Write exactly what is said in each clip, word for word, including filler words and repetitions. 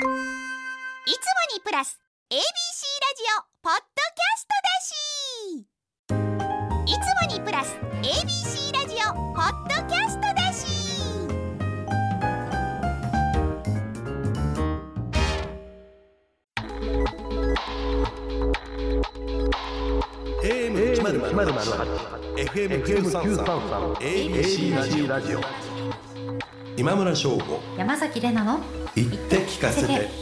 いつもにプラス エービーシー ラジオポッドキャストだし、いつもにプラス エービーシー ラジオポッドキャストだし。 エーエムせんはち エフエムきゅうさんさん エービーシー ラジオ。今村翔吾、 山崎れなの言って聞かせて。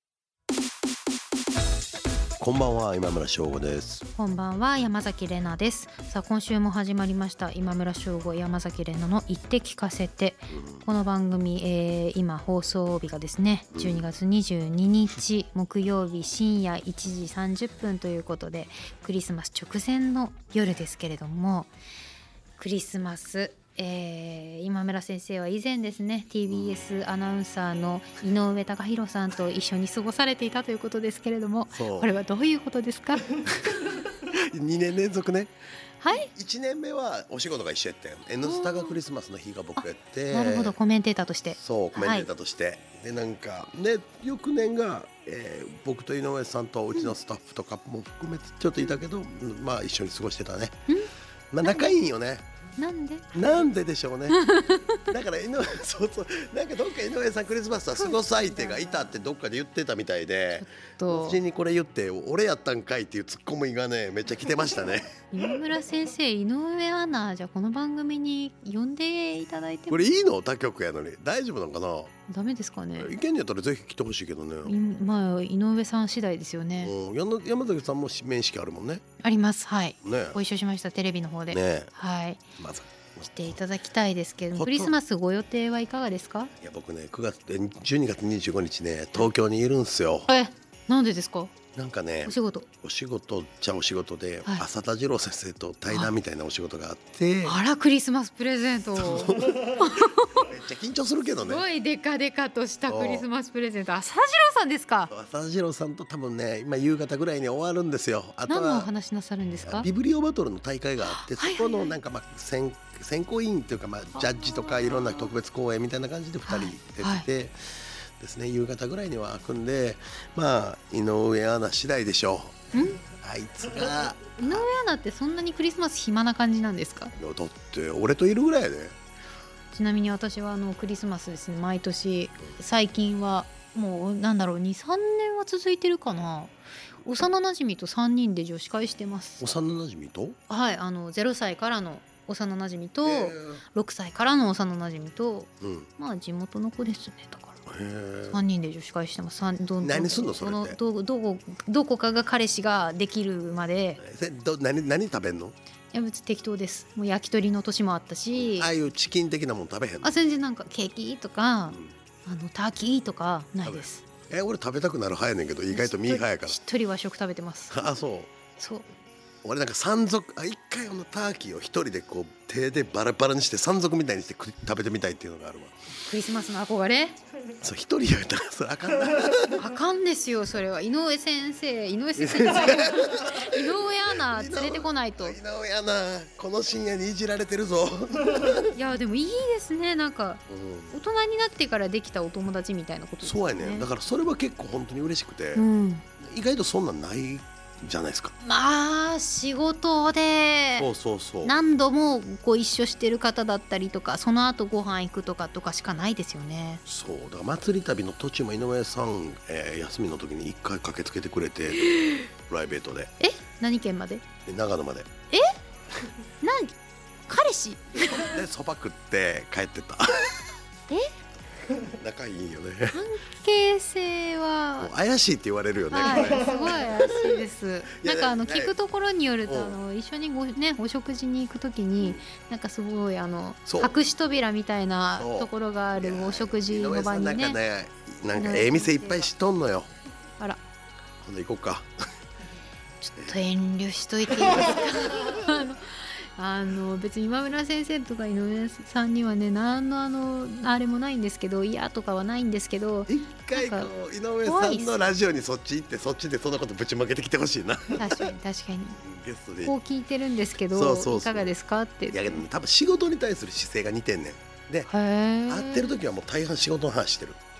こんばんは、今村翔吾です。 こんばんは、山崎れなです。さあ、今週も始まりました今村翔吾、山崎れなの言って聞かせて、うん、この番組、えー、今放送日がですねじゅうにがつにじゅうににち、うん、木曜日深夜いちじさんじゅっぷんということで、クリスマス直前の夜ですけれども、クリスマスえー、今村先生は以前ですね ティービーエス アナウンサーの井上貴博さんと一緒に過ごされていたということですけれども、これはどういうことですか？ にねん連続ね。 はい、 いちねんめはお仕事が一緒やったよ。 N スタがクリスマスの日が僕やって、 なるほど、コメンテーターとして。 そう、コメンテーターとして、はい、でなんかね、翌年が、えー、僕と井上さんとうちのスタッフとかも含めてちょっといたけど、うん、まあ一緒に過ごしてたね。まあ仲いいんよね。 なんでなんででしょうね。だから井上そうそうなんかどっか井上さんクリスマスは過ごす相手がいたってどっかで言ってたみたいで、うちにこれ言って俺やったんかいっていうツッコミがねめっちゃ来てましたね。 今村先生、井上アナ、じゃあこの番組に呼んでいただいても。 これいいの？他局やのに大丈夫なのかな？ダメですかね。 いけんやったらぜひ来てほしいけどね。 まあ井上さん次第ですよね。 うん、山崎さんも面識あるもんね。 あります、はい、 ね、 ご一緒しました、テレビの方で、 ね、 はい、 まず来ていただきたいですけど、クリスマスご予定はいかがですか？ いや僕ねくがつじゅうにがつにじゅうごにちね東京にいるんすよ。 え、なんでですか？なんかね、 お仕事お仕事じゃお仕事で、はい、浅田次郎先生と対談みたいなお仕事があって、 あら、クリスマスプレゼント。めっちゃ緊張するけどね。 すごいデカデカとしたクリスマスプレゼント。浅田次郎さんですか？ 浅田次郎さんと多分ね今夕方ぐらいに終わるんですよ。あとは何のお話なさるんですか？ ビブリオバトルの大会があって、そこのなんかまあ選選考委員というか、まあジャッジとかいろんな特別講演みたいな感じでふたり出て、はいはい、ですね、夕方ぐらいには開くんで、まあ井上アナ次第でしょう。んあいつが井上アナってそんなにクリスマス暇な感じなんですか？ いやだって俺といるぐらいやで。 ちなみに私はあのクリスマスですね、毎年最近はもうなんだろう にさんねんは続いてるかな。幼なじみとさんにんで女子会してます。 幼なじみと、はい、 あのゼロさいからの幼なじみと、えー、ろくさいからの幼なじみと、うん、まあ地元の子ですね。だからさんにんで女子会してます。ど何すんのそれって？ どどこどこかが彼氏ができるまで。 ど 何, 何食べんの？ いや別に適当です。もう焼き鳥の年もあったし、 ああいうチキン的なもん食べへんの？ あ、全然なんかケーキとか、うん、あのターキーとかないです。 え俺食べたくなる派やねんけど意外とミーハーやから。 しっとり和食食べてます。 あ、そうそう。 俺なんか山賊、あ一回あのターキーを一人でこう手でバラバラにして山賊みたいにして食べてみたいっていうのがあるわ。 クリスマスの憧れ？ そう一人やったらそれあかんな。 あかんですよそれは。井上先生、井上先生、井上アナ連れてこないと。 井上アナこの深夜にいじられてるぞ。 いやでもいいですね、なんか、うん、大人になってからできたお友達みたいなことですね。 そうやね。だからそれは結構本当に嬉しくて、うん、意外とそんなんないじゃないですか。 まあ仕事で何度もご一緒してる方だったりとか、その後ご飯行くとかとかしかないですよね。 そうだから祭り旅の途中も井上さん、えー、休みの時に一回駆けつけてくれてプライベートで。 え何県まで？ 長野まで。 え何彼氏でそば食って帰ってた。 え仲いいよね。 関係性は怪しいって言われるよね。 はい、すごい怪しいです。なんかあの聞くところによると、あの一緒にごねお食事に行くときに、なんかすごいあの隠し扉みたいなところがあるお食事の場にね。 なんかね、なんかええ店いっぱい知っとんのよ。 あら。 今度行こうか。 ちょっと遠慮しといていいですか。あのあの別に今村先生とか井上さんにはね何のあのあれもないんですけど、嫌とかはないんですけど、 一回こう井上さんのラジオにそっち行ってそっちでそんなことぶちまけてきてほしいな。 確かに確かにゲストでこう聞いてるんですけど、そうそうそういかがですかって。 いや多分仕事に対する姿勢が似てんねんで、会ってる時はもう大半仕事の話してる。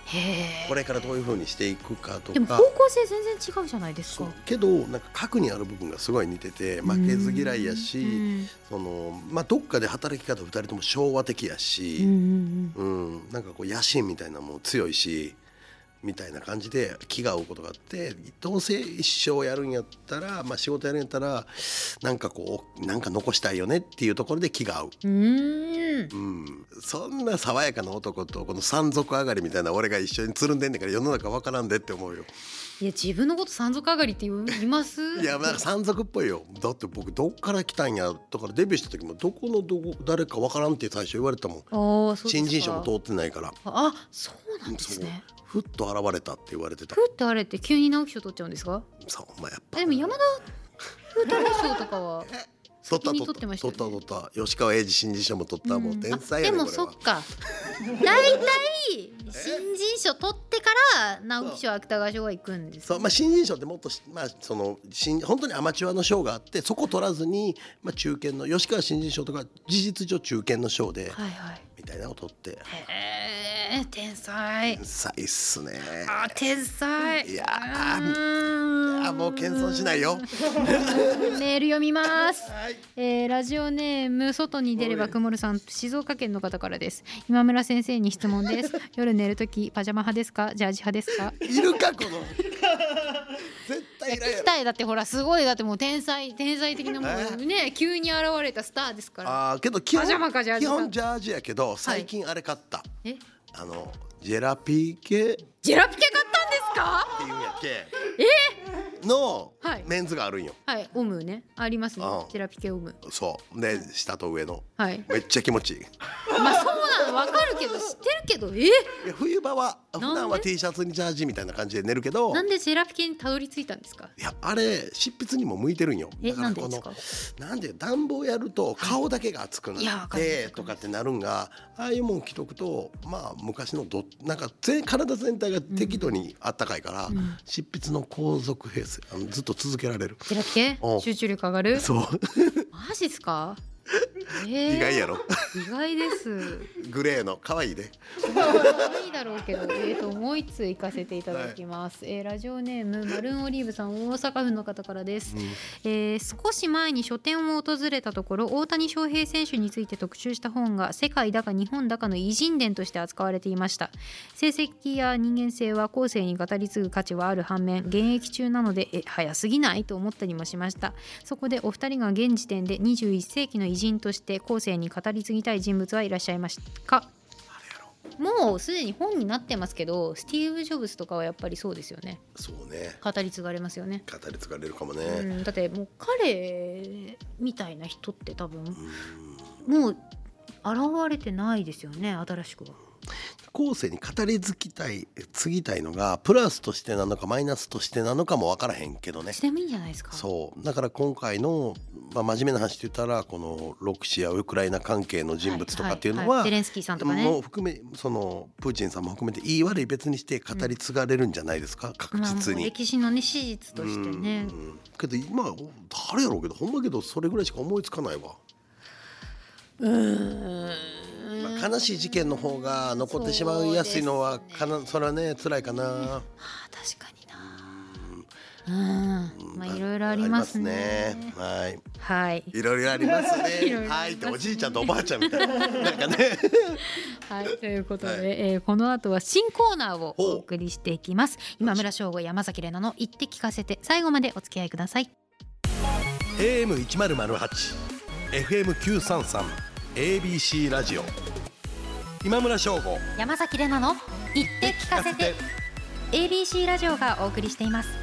へー、 これからどういう風にしていくかとか。 でも方向性全然違うじゃないですか。 けどなんか核にある部分がすごい似てて、負けず嫌いやし、 うん、 そのまあどっかで働き方ふたりとも昭和的やし、 うんうんうん、 うん、なんかこう野心みたいなのも強いしみたいな感じで気が合うことがあって、どうせ一生やるんやったら、まあ、仕事やるんやったらなんかこうなんか残したいよねっていうところで気が合う。 うーん、 うん、そんな爽やかな男とこの山賊上がりみたいな俺が一緒につるんでんねんから世の中わからんでって思うよ。 いや自分のこと山賊上がりって言いますいやなんか山賊っぽいよ。だって僕どっから来たんや、だからデビューした時もどこのどこ誰かわからんって最初言われたもん。 あ、そうですか。 新人賞も通ってないから。 あ、そうなんですね。 ふっと現れたって言われてた。 ふってあれって急に直木賞取っちゃうんですか。 そう、まあ、やっぱでも山田風太郎賞とかは取った先に取ってましたよね。 取った取った吉川英治新人賞も取った、もう天才やね。 でもそっかだいたい新人賞取ってから直木賞芥川賞は行くんです、ね、 そう、まあ、新人賞ってもっと、まあ、その新本当にアマチュアの賞があって、そこ取らずに、まあ、中堅の吉川新人賞とか事実上中堅の賞で、 はいはい、 みたいなのを取って。 へー、天才。 天才っすね。 あ、天才。 いやー、いやもう謙遜しないよ。 メール読みます、 はい、 えー、ラジオネーム外に出れば曇るさん、静岡県の方からです。今村先生に質問です。夜寝るときパジャマ派ですか、ジャージ派ですか。 いるかこの絶対いないやろ。 聞きたい。だってほらすごい、だってもう天才天才的なもうね、急に現れたスターですから。 あーけど基本パジャマかジャージか基本ジャージやけど、最近あれ買った、はい、 えあのジェラピケジェラピケ買ったんですかっていうんやっけえのはいメンズがあるんよ。 はい、オムね、ありますね、 うん、 ジェラピケオム。 そうで下と上の、 はい、 めっちゃ気持ちいい。 まあそうなの分かるけど知ってるけど、えいや冬場は普段は T シャツにジャージみたいな感じで寝るけど、 なんでジェラピケにたどり着いたんですか。 いやあれ執筆にも向いてるんよ。 え、 だからこのなんでですか。 なんで暖房やると顔だけが熱くなはっい、 てとかってなるんが、ああいうもん着とくとまあ昔のどなんか全体全体が適度にあったかいから、うん、執筆の継続平成あのずっと続けられる。 ジェラピケ集中力上がる。 そうマジっすか。えー、 意外やろ。 意外です。 グレーの可愛いで。 可愛いだろうけど、えーともう一通行かせていただきます、はい、えー、ラジオネームマルーンオリーブさん、大阪府の方からです、うん、えー、少し前に書店を訪れたところ、大谷翔平選手について特集した本が世界だか日本だかの偉人伝として扱われていました。成績や人間性は後世に語り継ぐ価値はある反面、現役中なのでえ早すぎないと思ったりもしました。そこでお二人が現時点でにじゅういっ世紀の偉人として後世に語り継ぎたい人物はいらっしゃいますか。もうすでに本になってますけど、スティーブ・ジョブズとかはやっぱりそうですよね。 そうね、 語り継がれますよね。 語り継がれるかもね、 うん、だってもう彼みたいな人って多分もう現れてないですよね、新しくは。 後世に語り継ぎたい継ぎたいのがプラスとしてなのかマイナスとしてなのかも分からへんけどね。 してもいいんじゃないですか。 そうだから今回の、まあ、真面目な話って言ったらこのロシアウクライナ関係の人物とかっていうのは、はいはいはい、 ゼレンスキーさんとかねもう含めそのプーチンさんも含めていい悪い別にして語り継がれるんじゃないですか、うん、確実に、 まあ、歴史のね史実としてね。 うん、けど今誰やろうけどほんまけどそれぐらいしか思いつかないわ。うーん、まあ、悲しい事件の方が残ってしまいやすいのはかな、それはね辛いかな、はあ、 確かにな、うん、まあいろいろありますね。 はい、 はい、 いろいろありますね。はいっておじいちゃんとおばあちゃんみたいななんかねはいということで、はい、えー、この後は新コーナーをお送りしていきます。今村翔吾、山崎怜奈の言って聞かせて、最後までお付き合いください。 エーエムせんはち エフエムきゅうさんさん エービーシー ラジオ今村翔吾、 山崎怜奈の言って聞かせて エービーシー ラジオがお送りしています。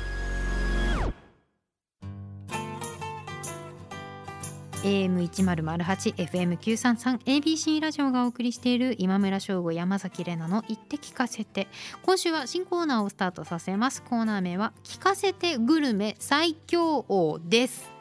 エーエムせんはち エフエムきゅうさんさん エービーシー ラジオがお送りしている今村翔吾、山崎怜奈の言って聞かせて。今週は新コーナーをスタートさせます。コーナー名は聞かせてグルメ最強王です。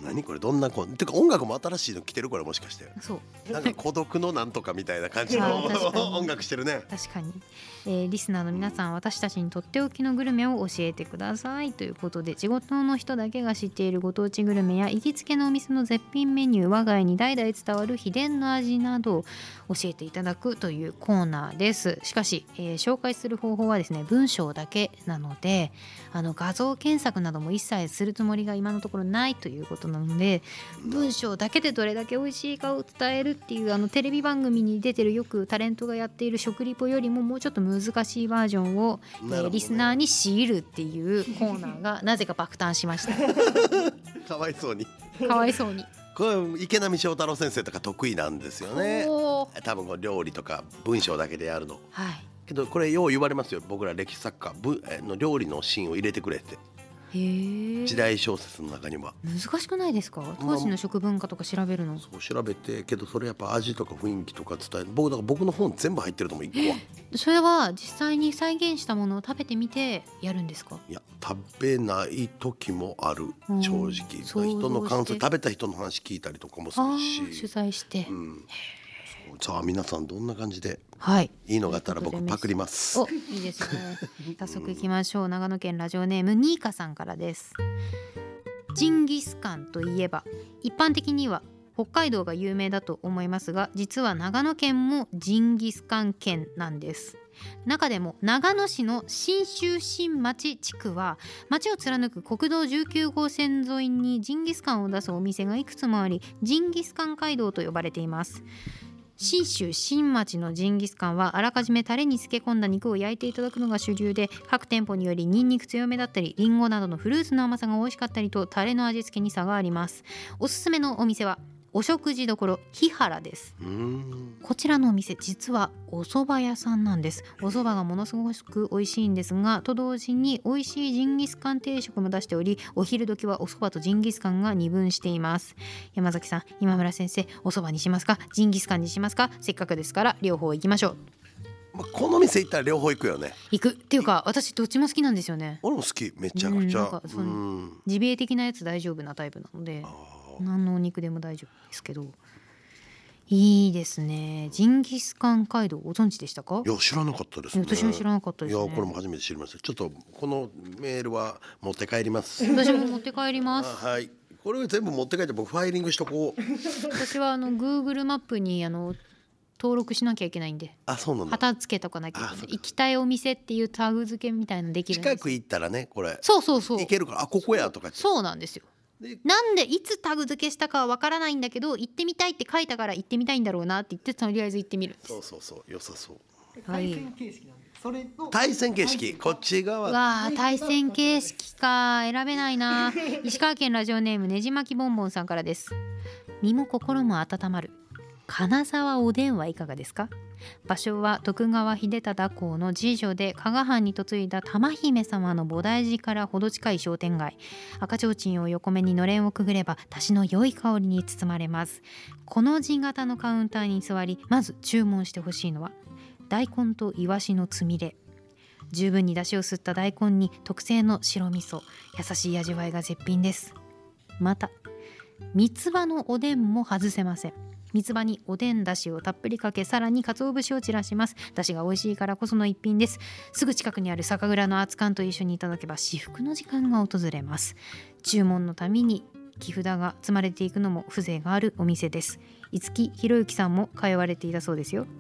何これどんな子てか音楽も新しいの来てるこれもしかしてそうなんか孤独のなんとかみたいな感じのあ確かに音楽してるね。 確かに、えーリスナーの皆さん、私たちにとっておきのグルメを教えてくださいということで、地元の人だけが知っているご当地グルメや行きつけのお店の絶品メニュー、我が家に代々伝わる秘伝の味などを教えていただくというコーナーです。しかし、えー紹介する方法はですね文章だけなので、あの画像検索なども一切するつもりが今のところないということなので、文章だけでどれだけ美味しいかを伝えるっていう、あのテレビ番組に出てるよくタレントがやっている食リポよりももうちょっと難しいバージョンを、えなるほどねーリスナーに強いるっていうコーナーがなぜか爆誕しましたかわいそうにかわいそうに。 これ池波正太郎先生とか得意なんですよね。 おー多分こう料理とか文章だけでやるのはいけどこれよう言われますよ。僕ら歴史作家ぶえの料理のシーンを入れてくれってへー時代小説の中には難しくないですか、当時の食文化とか調べるの。 そう調べてけどそれやっぱ味とか雰囲気とか伝える僕だから僕の本全部入ってると思う一個は。 それは実際に再現したものを食べてみてやるんですか。 いや食べない時もあるうん正直想像して人の感想食べた人の話聞いたりとかもすあるー取し、 材して、 うん、そうさあ皆さんどんな感じではいいいのがあったら僕パクります。 お、いいですね。早速行きましょう。長野県ラジオネームニーカさんからです。ジンギスカンといえば一般的には北海道が有名だと思いますが、実は長野県もジンギスカン県なんです。中でも長野市の信州新町地区は町を貫く国道じゅうきゅう号線沿いにジンギスカンを出すお店がいくつもあり、ジンギスカン街道と呼ばれています。信州新町のジンギスカンはあらかじめタレに漬け込んだ肉を焼いていただくのが主流で、各店舗によりニンニク強めだったりリンゴなどのフルーツの甘さが美味しかったりとタレの味付けに差があります。おすすめのお店はお食事処日原です。 うーんこちらのお店実はお蕎麦屋さんなんです。お蕎麦がものすごく美味しいんですが、と同時に美味しいジンギスカン定食も出しており、お昼時はお蕎麦とジンギスカンが二分しています。山崎さん、今村先生、お蕎麦にしますかジンギスカンにしますか。せっかくですから両方行きましょう。 まあ、この店行ったら両方行くよね。 行くっていうか、私どっちも好きなんですよね。 俺も好きめちゃくちゃうんなんかそのうんジビエ的なやつ大丈夫なタイプなので、 あー何のお肉でも大丈夫ですけど、いいですね。ジンギスカン街道ご存知でしたか。 いや知らなかったですね。 私も知らなかったですね。 いやこれも初めて知りました。ちょっとこのメールは持って帰ります私も持って帰りまあす。 はいこれ全部持って帰って僕ファイリングしとこう私はあの Google マップにあの登録しなきゃいけないんで、 あそうなんだ。 旗付けとかなきゃいけあそうない。行きたいお店っていうタグ付けみたいなのできるんです。 近く行ったらねこれそうそうそう行けるからあここやとかってそうなんですよ。 でなんでいつタグ付けしたかはわからないんだけど、行ってみたいって書いたから行ってみたいんだろうなって言って、とりあえず行ってみるんです。 そうそうそう良さそうはい対戦形式なんで、それの対戦形式こっち側わあ、対戦形式か、選べないな。石川県ラジオネームねじまきボンボンさんからです。身も心も温まる金沢おでんはいかがですか。場所は徳川秀忠公の次女で加賀藩に嫁いだ玉姫様の菩提寺からほど近い商店街。赤ちょうちんを横目にのれんをくぐれば出汁の良い香りに包まれます。この字型のカウンターに座り、まず注文してほしいのは大根とイワシのつみれ。十分に出汁を吸った大根に特製の白味噌、優しい味わいが絶品です。また三つ葉のおでんも外せません。三つ葉におでんだしをたっぷりかけ、さらに鰹節を散らします。だしが美味しいからこその一品です。すぐ近くにある酒蔵の熱燗と一緒にいただけば至福の時間が訪れます。注文のために木札が積まれていくのも風情があるお店です。五木ひろゆきさんも通われていたそうですよ。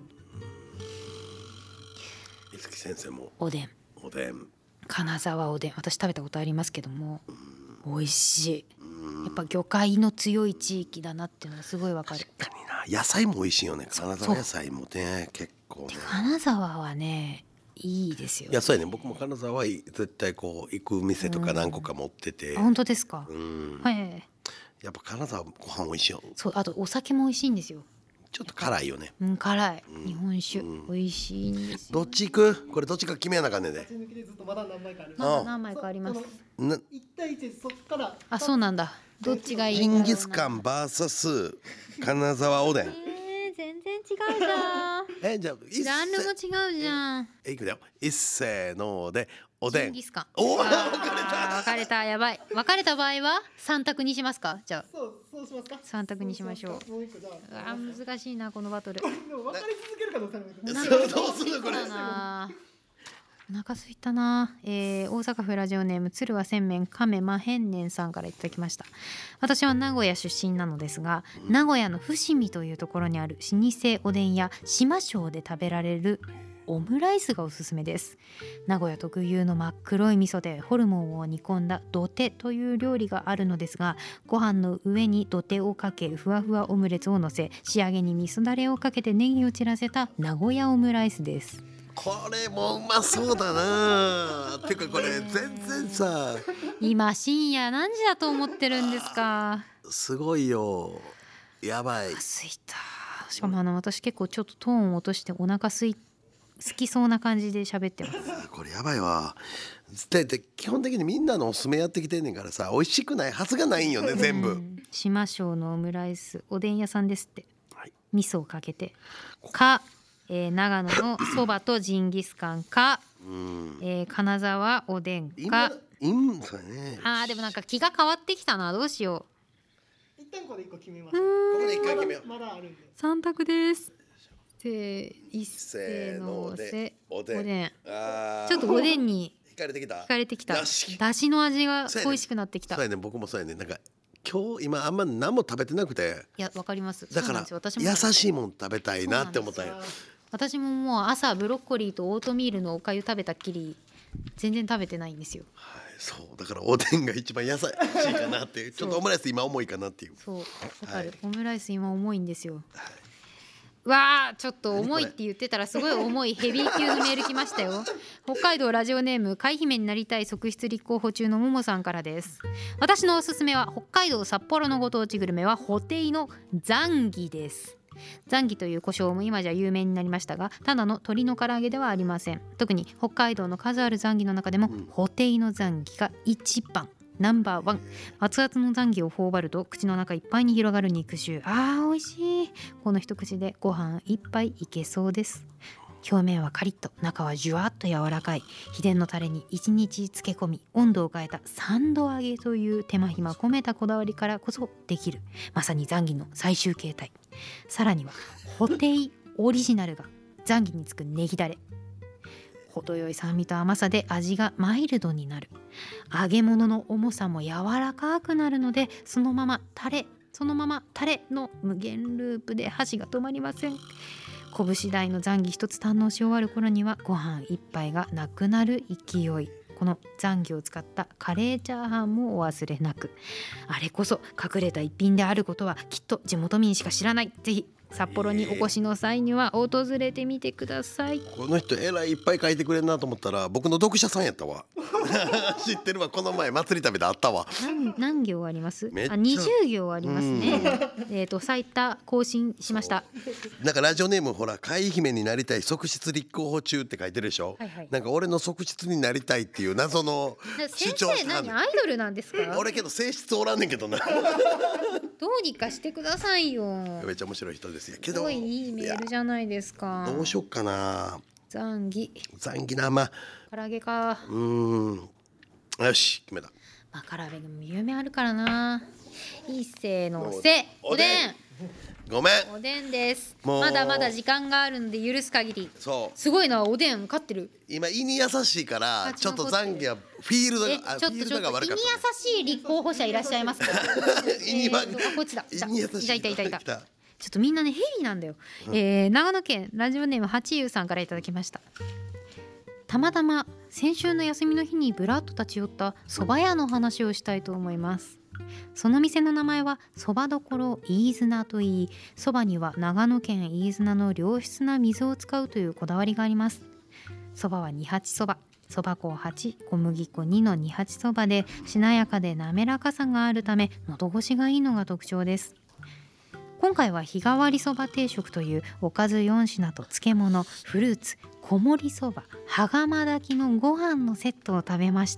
五木先生もおでん、 おでん金沢おでん、私食べたことありますけども美味しい。やっぱ魚介の強い地域だなっていうのがすごいわかる。 確かにな野菜も美味しいよね。金沢野菜もね結構ね金沢はねいいですよ。 いやそうやね僕も金沢は絶対こう行く店とか何個か持っててあ、本当ですか。 うんはいやっぱ金沢ご飯美味しいよ。 そう、あとお酒も美味しいんですよ。 ちょっと辛いよね。 うん、辛い、 うん日本酒、 うん美味しいんですよ。 どっち行くこれどっちか決めやなあかんねんで勝ち抜きでずっとまだ何枚かある。 まだ何枚かあります。 な一対一でそっからあ、そうなんだ。どっちがいいジンんだろうな。 ギスカン ブイエス 金沢おでんえー、全然違うじゃんえじゃあジャンルも違うじゃん。 えいくよ一せーのでおでんジンギスカン。 おーあー分かれたやばい。分かれた場合は三択にしますか。じゃあそうそうしますか。 三択にしましょう。 もう一個じゃあ。 あー難しいなこのバトル。 でも分かり続けるかどうかおも。 腹どうするのこれ空いたな。お腹空いたな、えー、大阪府ラジオネーム鶴は千面亀真変年さんからいただきました。私は名古屋出身なのですが、名古屋の伏見というところにある老舗おでん屋島庄で食べられるオムライスがおすすめです。名古屋特有の真っ黒い味噌でホルモンを煮込んだ土手という料理があるのですが、ご飯の上に土手をかけふわふわオムレツをのせ、仕上げに味噌だれをかけてネギを散らせた名古屋オムライスです。 これもうまそうだな。てかこれ全然さ今深夜何時だと思ってるんですか。 すごいよ。やばい。 すいた。しかもあの私結構ちょっとトーンを落としてお腹すい好きそうな感じで喋ってます。 これやばいわ。でで基本的にみんなのおすすめやってきてんねんからさ、美味しくないはずがないんよね全部。 島庄のオムライスおでん屋さんですって、 はい、 味噌をかけてか、えー、長野のそばとジンギスカンか、うんえー、金沢おでんか今そうね。 あーでもなんか気が変わってきたな。どうしよう。一旦これ一個決めましょう。 ここで一回決めよう。 まだあるんで。 三択です。せ一せのせおでん。おでんあちょっとおでんに惹かれてきた。 惹かれてきた。 だしだしの味が恋しくなってきた。 そうやね。僕もそうやね。なんか今日今あんま何も食べてなくて。 いやわかります。 だから優しいもん食べたいなって思ったよ。 私ももう朝ブロッコリーとオートミールのおかゆ食べたっきり全然食べてないんですよ。 はい、そうだからおでんが一番優しいかなっていう。ちょっとオムライス今重いかなっていう。 そうわかる、はい、オムライス今重いんですよ。はい 、 わあちょっと重いって言ってたらすごい重いヘビー級のメール来ましたよ。北海道ラジオネーム海姫になりたい側室立候補中のももさんからです。私のおすすめは北海道札幌のご当地グルメはホテイのザンギです。ザンギという胡椒も今じゃ有名になりましたが、ただの鶏の唐揚げではありません。特に北海道の数あるザンギの中でも、うん、ホテイのザンギが一番ナンバーワン。熱々のザンギを頬張ると口の中いっぱいに広がる肉汁。あー美味しい。この一口でご飯一杯いけそうです。表面はカリッと中はジュワッと柔らかい秘伝のタレに一日漬け込み温度を変えた三度揚げという手間暇込めたこだわりからこそできるまさにザンギの最終形態。さらにはホテイオリジナルがザンギにつくネギダレ。程よい酸味と甘さで味がマイルドになる。揚げ物の重さも柔らかくなるのでそのままタレそのままタレの無限ループで箸が止まりません。拳大のザンギ一つ堪能し終わる頃にはご飯一杯がなくなる勢い。このザンギを使ったカレーチャーハンもお忘れなく。あれこそ隠れた一品であることはきっと地元民しか知らない。ぜひ札幌にお越しの際には訪れてみてください。 この人えらいいっぱい書いてくれるなと思ったら僕の読者さんやったわ知ってるわ。この前祭り食べであったわ。 何, 何行あります？あにじゅう行ありますね。えっと最多更新しました。 なんかラジオネームほら海姫になりたい側室立候補中って書いてるでしょ、はいはい、なんか俺の側室になりたいっていう謎の主張。 先生何アイドルなんですか？ 俺けど性質おらんねんけどなどうにかしてくださいよ。 めっちゃ面白い人ですよけどすごいいいメールじゃないですか。 どうしよっかな。 ザンギザンギなま唐揚げか。 うーんよし決めた。 まあ唐揚げも有名あるからな。いっせーのせおでん。 ごめんおでんです。まだまだ時間があるんで許す限り。 そうすごいなおでん勝ってる。 今胃に優しいからちょっとザンギはフィールドがあちょっとちょっと胃に優しい立候補者いらっしゃいますか？ 胃には、 えー、こっちだ。 胃に優しい。 いたいたいたいた。ちょっとみんなねヘビーなんだよ、うんえー、長野県ラジオネームはちゆうさんからいただきました。たまたま先週の休みの日にぶらっと立ち寄った蕎麦屋の話をしたいと思います。その店の名前は蕎麦どころ飯綱といい、蕎麦には長野県飯綱の良質な水を使うというこだわりがあります。蕎麦は二八蕎麦、蕎麦粉はち、小麦粉にの二八蕎麦でしなやかで滑らかさがあるため喉越しがいいのが特徴です。今回は日替わりそば定食というおかずよん品と漬物、フルーツ、小盛りそば、羽釜炊きのご飯のセットを食べました。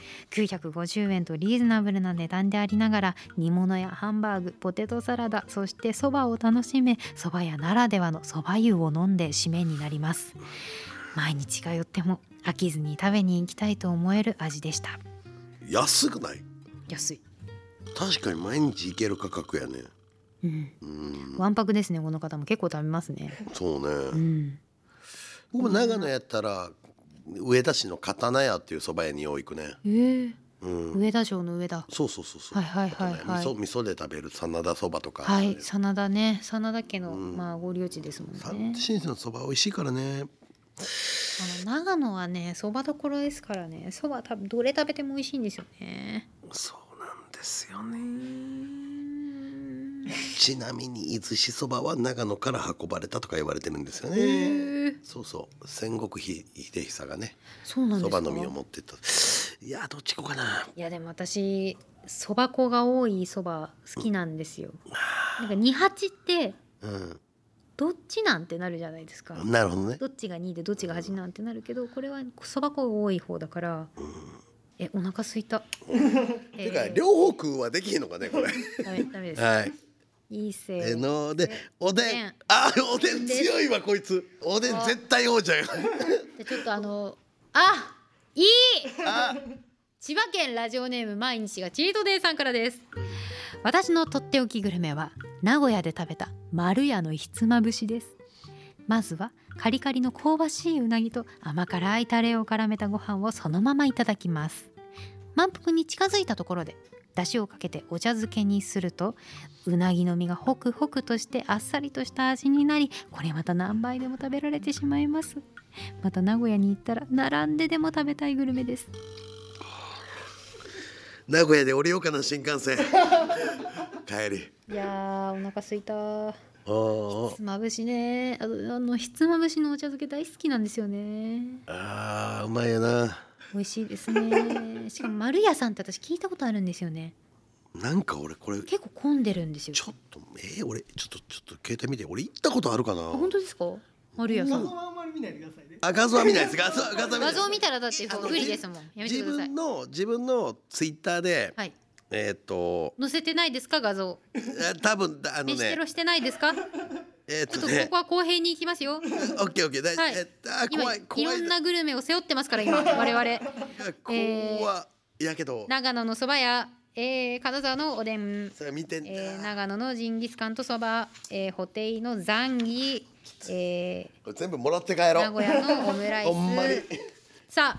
きゅうひゃくごじゅうえんとリーズナブルな値段でありながら、煮物やハンバーグ、ポテトサラダ、そしてそばを楽しめ、そば屋ならではのそば湯を飲んで締めになります。毎日通っても飽きずに食べに行きたいと思える味でした。 安くない？ 安い。 確かに毎日行ける価格やね。 うん、 うんわんぱくですね。この方も結構食べますね。 そうね、 うん、 僕も長野やったら上田市の刀屋っていう蕎麦屋によう行くね。 えーうん、 上田城の上田。 そうそうそうそう。 はいはいはいはい。 あとね、味噌味噌で食べる真田そばとか。 はい、真田ね、真田家の、 うんまあご領地ですもん三ね。 新鮮のそば美味しいからね。 あの長野はね、そばどころですからね。そば多分どれ食べても美味しいんですよね。 そうなんですよね。ちなみに伊豆しそばは長野から運ばれたとか言われてるんですよね。そうそう戦国秀久がね、 そうなんですか。 そばの実を持ってった。いやどっち行こうかな。 いやでも私そば粉が多いそば好きなんですよ。なんかに八ってうんどっちなんてなるじゃないですか。 なるほどね。 どっちがにでどっちがはちなんてなるけど、これはそば粉が多い方だから、うん、えお腹すいた。 てか両方食うはできへんのかねこれ。 ダメダメです。 はい。 いいせえのでおでん、あおでん強いわこいつ。おでん絶対王者よ。 でちょっとあのあいいあ千葉県ラジオネーム毎日がチートデイさんからです。私のとっておきグルメは名古屋で食べた丸屋のひつまぶしです。まずはカリカリの香ばしいうなぎと甘辛いタレを絡めたご飯をそのままいただきます。満腹に近づいたところで出汁をかけてお茶漬けにすると、うなぎの身がホクホクとしてあっさりとした味になり、これまた何杯でも食べられてしまいます。また名古屋に行ったら並んででも食べたいグルメです。 名古屋で降りようかな新幹線。帰り。 いやーお腹すいた。 ひつまぶしね、あの、あのひつまぶしのお茶漬け大好きなんですよね。 あーうまいよな。 美味しいですね。しかも丸屋さんって私聞いたことあるんですよね。 なんか俺これ結構混んでるんですよ。 ちょっとえー、俺ちょっとちょっと携帯見て、俺行ったことあるかな。 本当ですか？丸屋さん。 画像はあんまり見ないでくださいね。 あ画像は見ないです。画像画像画像見たらだって不利ですもん。やめて自ください。 分の自分のツイッターで、 はい。 えっ、ー、と載せてないですか画像？ 多分あのね飯テロしてないですか？ えっ、ー、 ちょっととねここは公平に行きますよ。 オッケーオッケーだ、 はいえあ怖い怖い今いろんなグルメを背負ってますから今我々。 怖いやけど長野のそば屋、えー、金沢のおでん、 それ見て、 えー、長野のジンギスカンとそば、えー、ホテイのザンギ、えー、 これ全部もらって帰ろう。 名古屋のオムライス。 ほんまにさ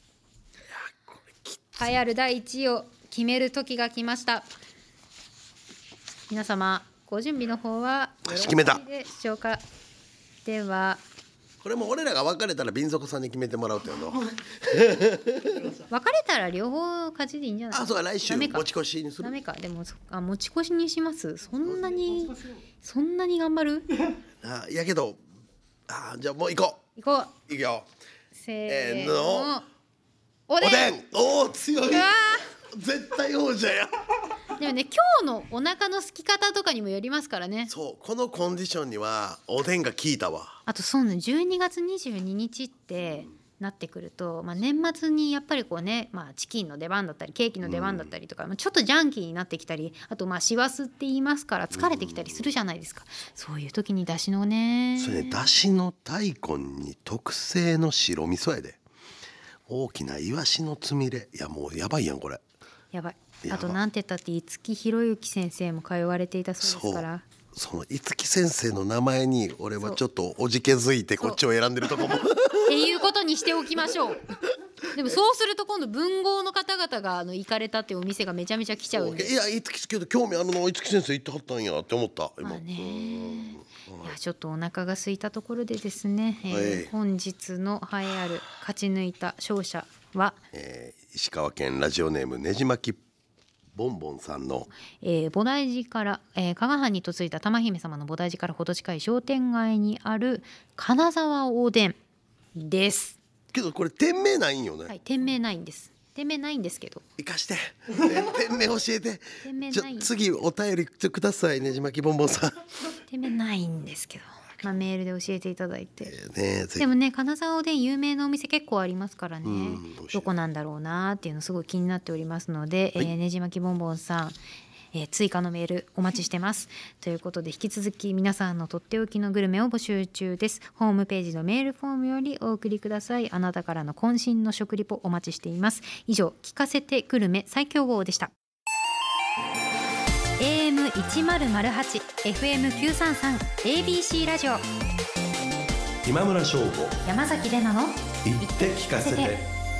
あ、栄えあるだいいちいを決める時が来ました。皆様ご準備の方はよろしいでしょうか。ではこれも俺らが別れたら瓶底さんに決めてもらうっていうの。 別れたら両方勝ちでいいんじゃない？ あ、そう来週ダメか持ち越しにする。 ダメか。でもそあ持ち越しにします。そんなにそんなに頑張る？ あ、やけど、あ、じゃあもう行こう。 行こう。 行くよ。 せーのの。おでん。 おでん。おお強い。 うわ絶対王者や。 でもね、今日のお腹の空き方とかにもよりますからね。 そう、このコンディションにはおでんが効いたわ。 あとそうね、じゅうにがつにじゅうににちってなってくると、まあ、年末にやっぱりこうね、まあ、チキンの出番だったりケーキの出番だったりとか、まあ、ちょっとジャンキーになってきたり、あとまあ師走って言いますから疲れてきたりするじゃないですか。そういう時にだしのね、 それね、だしの大根に特製の白味噌やで。大きなイワシのつみれ、いやもうやばいやんこれ。 やばい。 やばいあとなんて言ったって五木ひろゆき先生も通われていたそうですから。 その五木先生の名前に俺はちょっとおじけづいてこっちを選んでるとこもっていうことにしておきましょう。でもそうすると今度文豪の方々があの行かれたっていうお店がめちゃめちゃ来ちゃうんで。 いや五木けど興味あるの五木先生行ってはったんやって思った今。 まあね、いやちょっとお腹が空いたところでですね、えーはい本日の栄えある勝ち抜いた勝者は、 えー石川県ラジオネームねじまきボンボンさんのえー菩提寺から、えー加賀藩に嫁いだ玉姫様の菩提寺からほど近い商店街にある金沢おでんです。 けどこれ店名ないんよね、 はい、店名ないんです。店名ないんですけど。 生かして店名教えてちょ店名ない。 次お便りくださいねじまきボンボンさん。 店名ないんですけど。 まあ、メールで教えていただいて、 えーね、 でもね金沢おでん有名なお店結構ありますからね、 うん、 どこなんだろうなっていうのすごい気になっておりますので、はい、えー、ねじまきぼんぼんさん、えー、追加のメールお待ちしてますということで、引き続き皆さんのとっておきのグルメを募集中です。ホームページのメールフォームよりお送りください。あなたからの渾身の食リポお待ちしています。以上、聞かせてグルメ最強号でした。 エーエムいちまるまるはち エフエムきゅうさんさん エービーシー ラジオ、 今村翔吾、 山崎怜奈の言って聞かせて。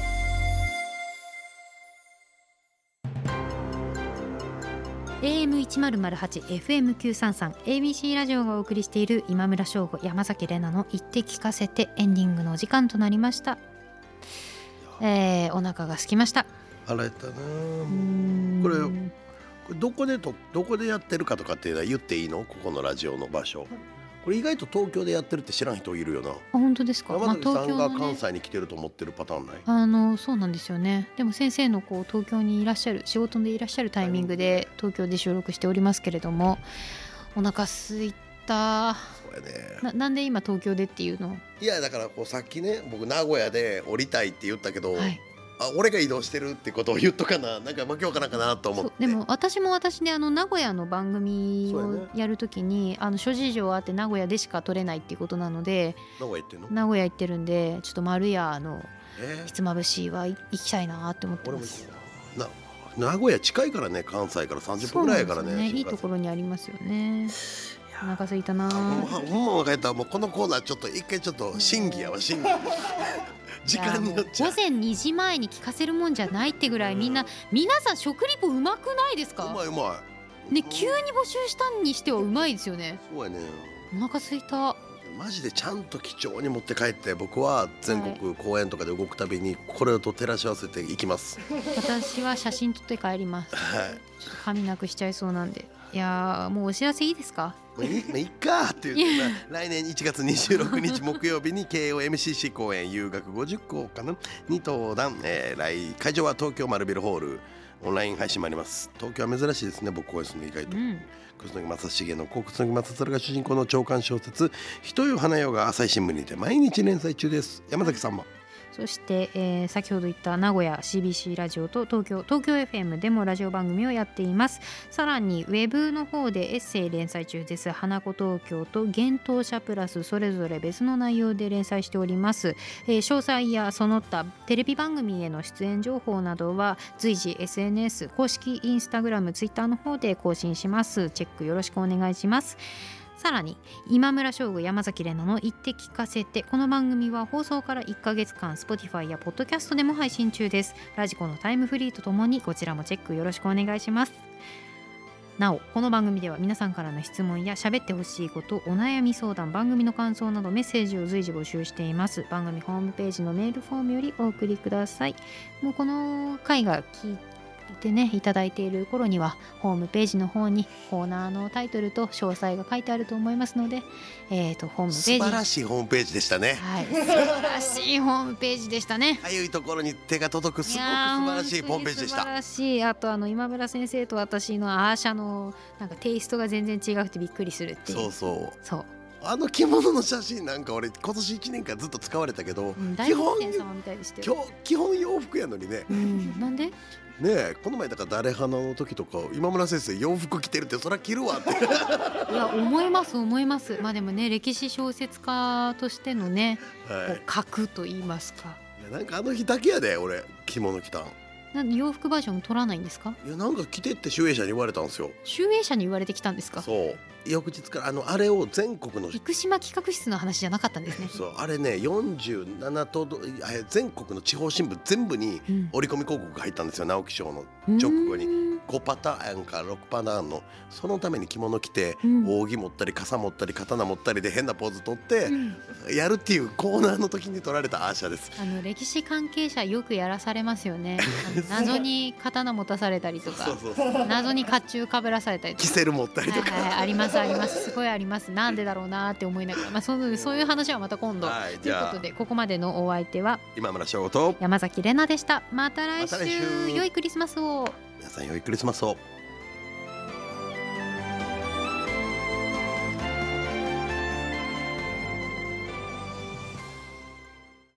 エーエムいちまるまるはち エフエムきゅうさんさん エービーシー ラジオがお送りしている今村翔吾、山崎怜奈の言って聞かせて、エンディングのお時間となりました。えー、お腹が空きました。 腹減ったな。これこれどこでとどこでやってるかとかっていうのは言っていいの？ここのラジオの場所。これ意外と東京でやってるって知らん人いるよな。あ、 本当ですか。 山崎さんがまあ東京のね、 関西に来てると思ってるパターンない？ あのそうなんですよね。でも先生のこう東京にいらっしゃる、仕事でいらっしゃるタイミングで東京で収録しておりますけれども、お腹空いた。 そうやね。 な, なんで今東京でっていうの？ いやだからこうさっきね、僕名古屋で降りたいって言ったけど、 はい、 あ、俺が移動してるってことを言っとかな、なんか負けようかなんかなと思って。 でも私も私であの名古屋の番組をやるときに、ね、あの諸事情あって名古屋でしか撮れないっていうことなので、 名古屋行ってんの？ 名古屋行ってるんで、ちょっと丸屋のえー、 ひつまぶしは行きたいなって思ってます。 な名古屋近いからね、関西からさんじゅっぷんぐらいやから ね, ねいいところにありますよね。お腹空いたな。 ほんまお腹減った。もうこのコーナーちょっと一回ちょっと審議やわ、審議時間によっちゃ午前にじまえに聞かせるもんじゃないってぐらい、みんな皆さん食リポうまくないですか？ うまいうまいね、急に募集したにしてはうまいですよね。 そうやね。 お腹空いた。 マジでちゃんと貴重に持って帰って、僕は全国公演とかで動くたびにこれと照らし合わせていきます。 私は写真撮って帰ります。 はい、 ちょっと髪なくしちゃいそうなんで。いやもうお知らせいいですか？ もういい、まあ、いっかって言って、来年いちがつにじゅうろくにち木曜日に ケーオーエムシーシー 公演有楽ごじゅっこうかなに登壇、えー、来会場は東京丸ビルホール、オンライン配信もあります。東京は珍しいですね、僕公演するの意外と、うん、楠木正成の小楠木正成が主人公の長官小説人よ花よが朝日新聞にて毎日連載中です。山崎さんも。 そして、えー、先ほど言った名古屋 シービーシー ラジオと東京東京 エフエム でもラジオ番組をやっています。さらにウェブの方でエッセイ連載中です。花子東京と幻冬舎プラスそれぞれ別の内容で連載しております。えー、詳細やその他テレビ番組への出演情報などは随時 エスエヌエス 公式インスタグラムツイッターの方で更新します。チェックよろしくお願いします。さらに今村翔吾、山崎怜奈の言って聞かせて、この番組は放送からいっかげつかん Spotify や Podcast でも配信中です。ラジコのタイムフリーとともにこちらもチェックよろしくお願いします。なおこの番組では皆さんからの質問や喋ってほしいこと、お悩み相談、番組の感想などメッセージを随時募集しています。番組ホームページのメールフォームよりお送りください。もうこの回が聞いてでね、いただいている頃にはホームページの方にコーナーのタイトルと詳細が書いてあると思いますので、えー、とホームページ、 素晴らしいホームページでしたね。 はい、素晴らしいホームページでしたね。 かゆいところに手が届くすごく素晴らしいホームページでした。 素晴らしい。あとあの今村先生と私のアーシャのなんかテイストが全然違くてびっくりするっていう。 そうそうそう、 あの着物の写真なんか俺今年いちねんかんずっと使われたけど、 うん、大仏天様みたいでしたよ。 基本洋服やのにね、 うん、なんでねえ、この前だから誰花の時とか今村先生洋服着てるって、そりゃ着るわっていや思います思います。まあでもね、歴史小説家としてのね、はい、格と言いますか、 なんかあの日だけやで俺着物着たん。 なんで洋服バージョン取らないんですか？ いや、なんか着てって集英社に言われたんですよ。 集英社に言われてきたんですか？ そう、翌日からあのあれを全国の生島企画室の話じゃなかったんですね。 そう、あれねよんじゅうなな都道全国の地方新聞全部に折り込み広告が入ったんですよ、うん、直木賞の直後にごパターンかろくパターンの。そのために着物着て、うん、扇持ったり傘持ったり刀持ったりで変なポーズ取って、うん、やるっていうコーナーの時に撮られたアーシャです。 あの歴史関係者よくやらされますよね。謎に刀持たされたりとかそうそうそう、謎に甲冑かぶらされたりとか、 キセル持ったりとか、 はいはい、ありますあります、すごいあります。なんでだろうなって思いながら、まあ、そのそういう話はまた今度、はい、ということでここまでのお相手は今村翔吾と山崎怜奈でした。また来週、 また来週、 良いクリスマスを。 皆さん良いクリスマスを。